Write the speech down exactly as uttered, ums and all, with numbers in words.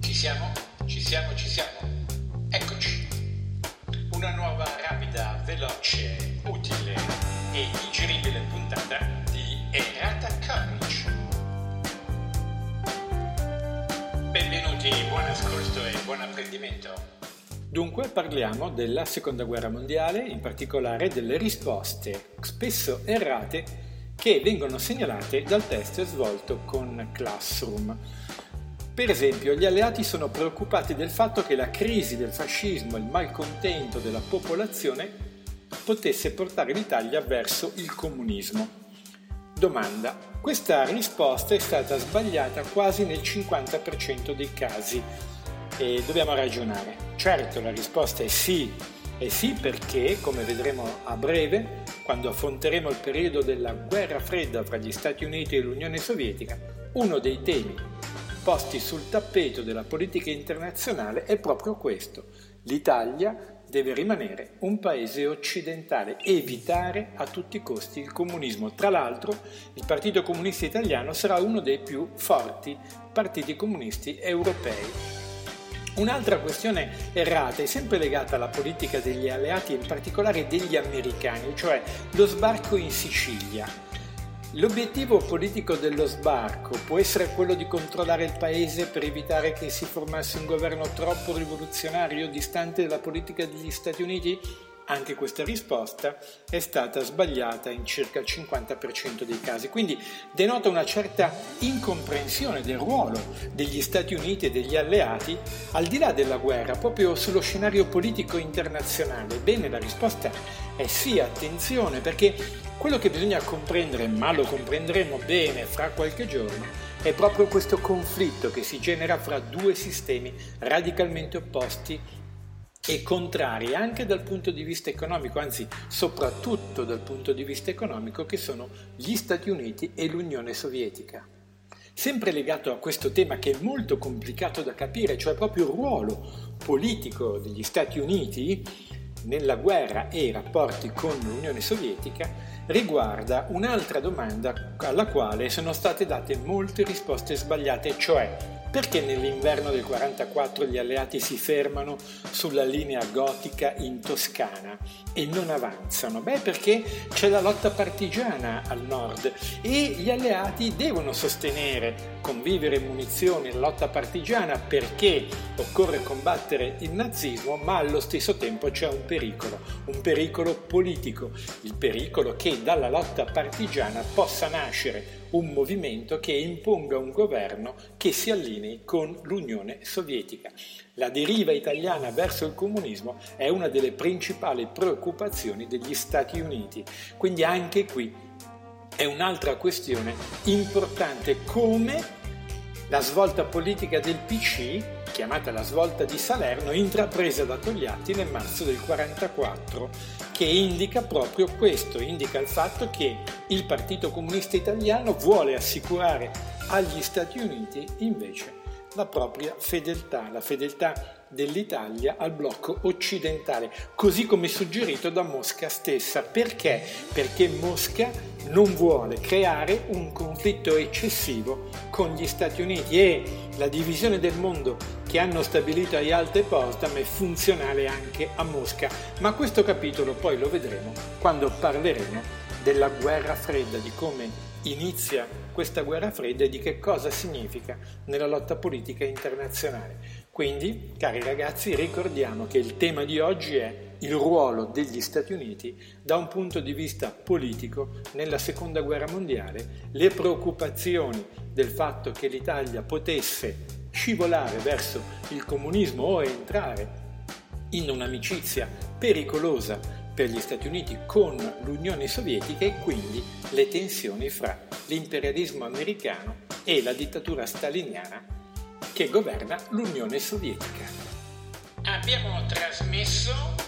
Ci siamo? Ci siamo, ci siamo. Eccoci. Una nuova, rapida, veloce, utile e digeribile puntata di Errata Courage. Benvenuti, buon ascolto e buon apprendimento. Dunque parliamo della Seconda Guerra Mondiale, in particolare delle risposte spesso errate che vengono segnalate dal test svolto con Classroom. Per esempio, gli alleati sono preoccupati del fatto che la crisi del fascismo e il malcontento della popolazione potesse portare l'Italia verso il comunismo. Domanda: questa risposta è stata sbagliata quasi nel cinquanta per cento dei casi e dobbiamo ragionare. Certo, la risposta è sì, e sì perché, come vedremo a breve, quando affronteremo il periodo della guerra fredda fra gli Stati Uniti e l'Unione Sovietica, uno dei temi posti sul tappeto della politica internazionale è proprio questo: l'Italia deve rimanere un paese occidentale, evitare a tutti i costi il comunismo. Tra l'altro, il Partito Comunista Italiano sarà uno dei più forti partiti comunisti europei. Un'altra questione errata è sempre legata alla politica degli alleati e in particolare degli americani, cioè lo sbarco in Sicilia. L'obiettivo politico dello sbarco può essere quello di controllare il paese per evitare che si formasse un governo troppo rivoluzionario, distante dalla politica degli Stati Uniti? Anche questa risposta è stata sbagliata in circa il cinquanta per cento dei casi, quindi denota una certa incomprensione del ruolo degli Stati Uniti e degli alleati al di là della guerra, proprio sullo scenario politico internazionale. Bene, la risposta è sì, attenzione, perché quello che bisogna comprendere, ma lo comprenderemo bene fra qualche giorno, è proprio questo conflitto che si genera fra due sistemi radicalmente opposti e contrari anche dal punto di vista economico, anzi soprattutto dal punto di vista economico, che sono gli Stati Uniti e l'Unione Sovietica. Sempre legato a questo tema che è molto complicato da capire, cioè proprio il ruolo politico degli Stati Uniti nella guerra e i rapporti con l'Unione Sovietica, riguarda un'altra domanda alla quale sono state date molte risposte sbagliate, cioè: perché nell'inverno del quarantaquattro gli alleati si fermano sulla linea gotica in Toscana e non avanzano? Beh, perché c'è la lotta partigiana al nord e gli alleati devono sostenere con vivere e munizioni la lotta partigiana perché occorre combattere il nazismo, ma allo stesso tempo c'è un pericolo, un pericolo politico, il pericolo che dalla lotta partigiana possa nascere un movimento che imponga un governo che si allinei con l'Unione Sovietica. La deriva italiana verso il comunismo è una delle principali preoccupazioni degli Stati Uniti, quindi anche qui è un'altra questione importante, come la svolta politica del P C, chiamata la svolta di Salerno, intrapresa da Togliatti nel marzo del quarantaquattro, che indica proprio questo, indica il fatto che il Partito Comunista Italiano vuole assicurare agli Stati Uniti invece la propria fedeltà, la fedeltà dell'Italia al blocco occidentale, così come suggerito da Mosca stessa. Perché? Perché Mosca non vuole creare un conflitto eccessivo con gli Stati Uniti e la divisione del mondo che hanno stabilito a Yalta e Potsdam è funzionale anche a Mosca. Ma questo capitolo poi lo vedremo quando parleremo della guerra fredda, di come inizia questa guerra fredda e di che cosa significa nella lotta politica internazionale. Quindi, cari ragazzi, ricordiamo che il tema di oggi è il ruolo degli Stati Uniti da un punto di vista politico nella Seconda Guerra Mondiale, le preoccupazioni del fatto che l'Italia potesse scivolare verso il comunismo o entrare in un'amicizia pericolosa per gli Stati Uniti con l'Unione Sovietica e quindi le tensioni fra l'imperialismo americano e la dittatura staliniana che governa l'Unione Sovietica. Abbiamo trasmesso